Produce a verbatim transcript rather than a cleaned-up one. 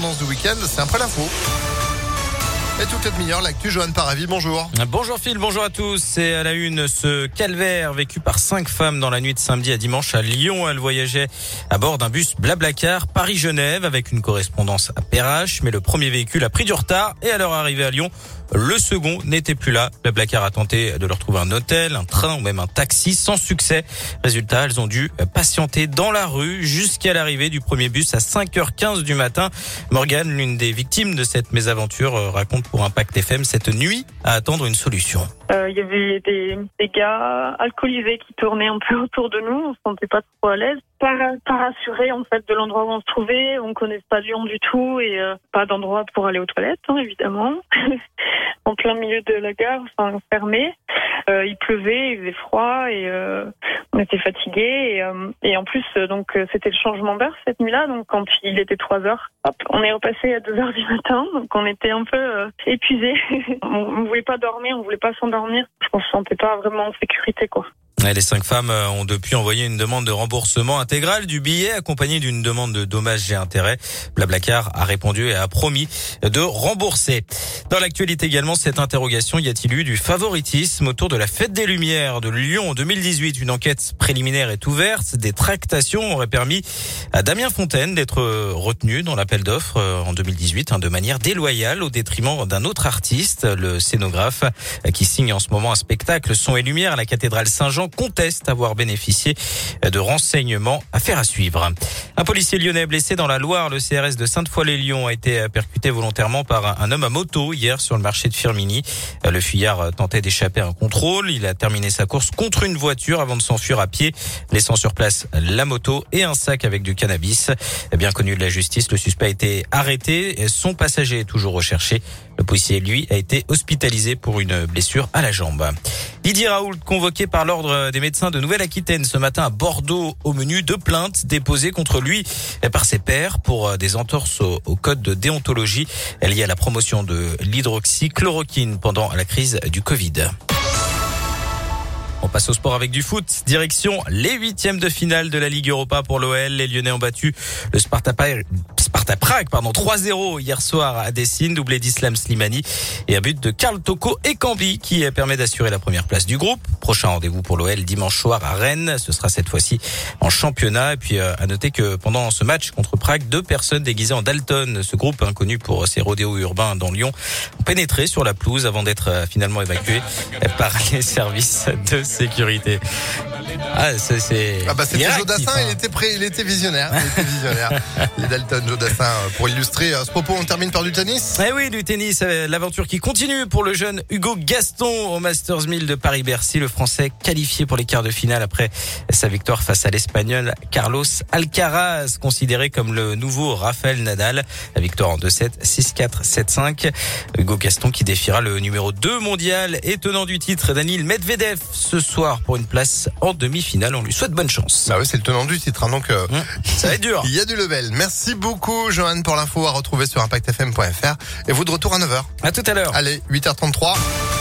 tendance du week-end, c'est après l'info. Et toute cette demi-heure, l'actu, Johan Paravi, bonjour. Bonjour Phil, bonjour à tous. C'est à la une ce calvaire vécu par cinq femmes dans la nuit de samedi à dimanche à Lyon. Elles voyageaient à bord d'un bus Blablacar Paris-Genève avec une correspondance à Perrache. Mais le premier véhicule a pris du retard et à leur arrivée à Lyon, le second n'était plus là. Blablacar a tenté de leur trouver un hôtel, un train ou même un taxi sans succès. Résultat, elles ont dû patienter dans la rue jusqu'à l'arrivée du premier bus à cinq heures quinze du matin. Morgane, l'une des victimes de cette mésaventure, raconte pour Impact F M cette nuit à attendre une solution. Il euh, y avait des, des gars alcoolisés qui tournaient un peu autour de nous. On se sentait pas trop à l'aise. Pas, pas rassurés en fait de l'endroit où on se trouvait. On connaît pas Lyon du tout et euh, pas d'endroit pour aller aux toilettes, hein, évidemment. En plein milieu de la gare, enfin fermé. Euh, il pleuvait, il faisait froid et euh, on était fatigués. Et, euh, et en plus, euh, donc euh, c'était le changement d'heure cette nuit-là. Donc quand il était trois heures, hop, on est repassé à deux heures du matin. Donc on était un peu euh, épuisés. on ne voulait pas dormir, on voulait pas s'endormir. On se sentait pas vraiment en sécurité, quoi. Les cinq femmes ont depuis envoyé une demande de remboursement intégral du billet accompagnée d'une demande de dommages et intérêts. Blablacar a répondu et a promis de rembourser. Dans l'actualité également, cette interrogation, y a-t-il eu du favoritisme autour de la Fête des Lumières de Lyon en deux mille dix-huit? Une enquête préliminaire est ouverte. Des tractations auraient permis à Damien Fontaine d'être retenu dans l'appel d'offres en deux mille dix-huit de manière déloyale au détriment d'un autre artiste, le scénographe qui signe en ce moment un spectacle Son et Lumière à la cathédrale Saint-Jean conteste avoir bénéficié de renseignements. Affaire à suivre. Un policier lyonnais blessé dans la Loire, le C R S de Sainte-Foy-les-Lyons a été percuté volontairement par un homme à moto hier sur le marché de Firminy. Le fuyard tentait d'échapper à un contrôle. Il a terminé sa course contre une voiture avant de s'enfuir à pied, laissant sur place la moto et un sac avec du cannabis. Bien connu de la justice, le suspect a été arrêté. Son passager est toujours recherché. Le policier, lui, a été hospitalisé pour une blessure à la jambe. Didier Raoult, convoqué par l'Ordre des médecins de Nouvelle-Aquitaine ce matin à Bordeaux, au menu de plaintes déposées contre lui par ses pairs pour des entorses au, au code de déontologie liées à la promotion de l'hydroxychloroquine pendant la crise du Covid. On passe au sport avec du foot. Direction les huitièmes de finale de la Ligue Europa pour l'O L. Les Lyonnais ont battu le Sparta Prague, Sparta Prague pardon, trois zéro hier soir à Dessine, doublé d'Islam Slimani et un but de Karl Toko et Cambi qui permet d'assurer la première place du groupe. Prochain rendez-vous pour l'O L dimanche soir à Rennes. Ce sera cette fois-ci en championnat. Et puis à noter que pendant ce match contre Prague, deux personnes déguisées en Dalton, ce groupe inconnu pour ses rodéos urbains dans Lyon, ont pénétré sur la pelouse avant d'être finalement évacués par les services de sécurité. Ah, c'est, c'est... Ah bah c'était Jodassin, hein. il était prêt, il était visionnaire, il était visionnaire. Les Dalton, Jodassin, pour illustrer ce propos, on termine par du tennis. Eh oui, du tennis, l'aventure qui continue pour le jeune Hugo Gaston au Masters mille de Paris-Bercy. Le Français qualifié pour les quarts de finale après sa victoire face à l'Espagnol Carlos Alcaraz, considéré comme le nouveau Rafael Nadal. La victoire en deux sept, six quatre, sept cinq. Hugo Gaston qui défiera le numéro deux mondial et tenant du titre Daniil Medvedev ce soir pour une place en demi-finale. On lui souhaite bonne chance. Bah oui, c'est le tenant du titre, hein, donc euh, mmh, ça va être dur. Il y a du level. Merci beaucoup, Johan, pour l'info à retrouver sur impact f m point f r. Et vous de retour à neuf heures. À tout à l'heure. Allez, huit heures trente-trois.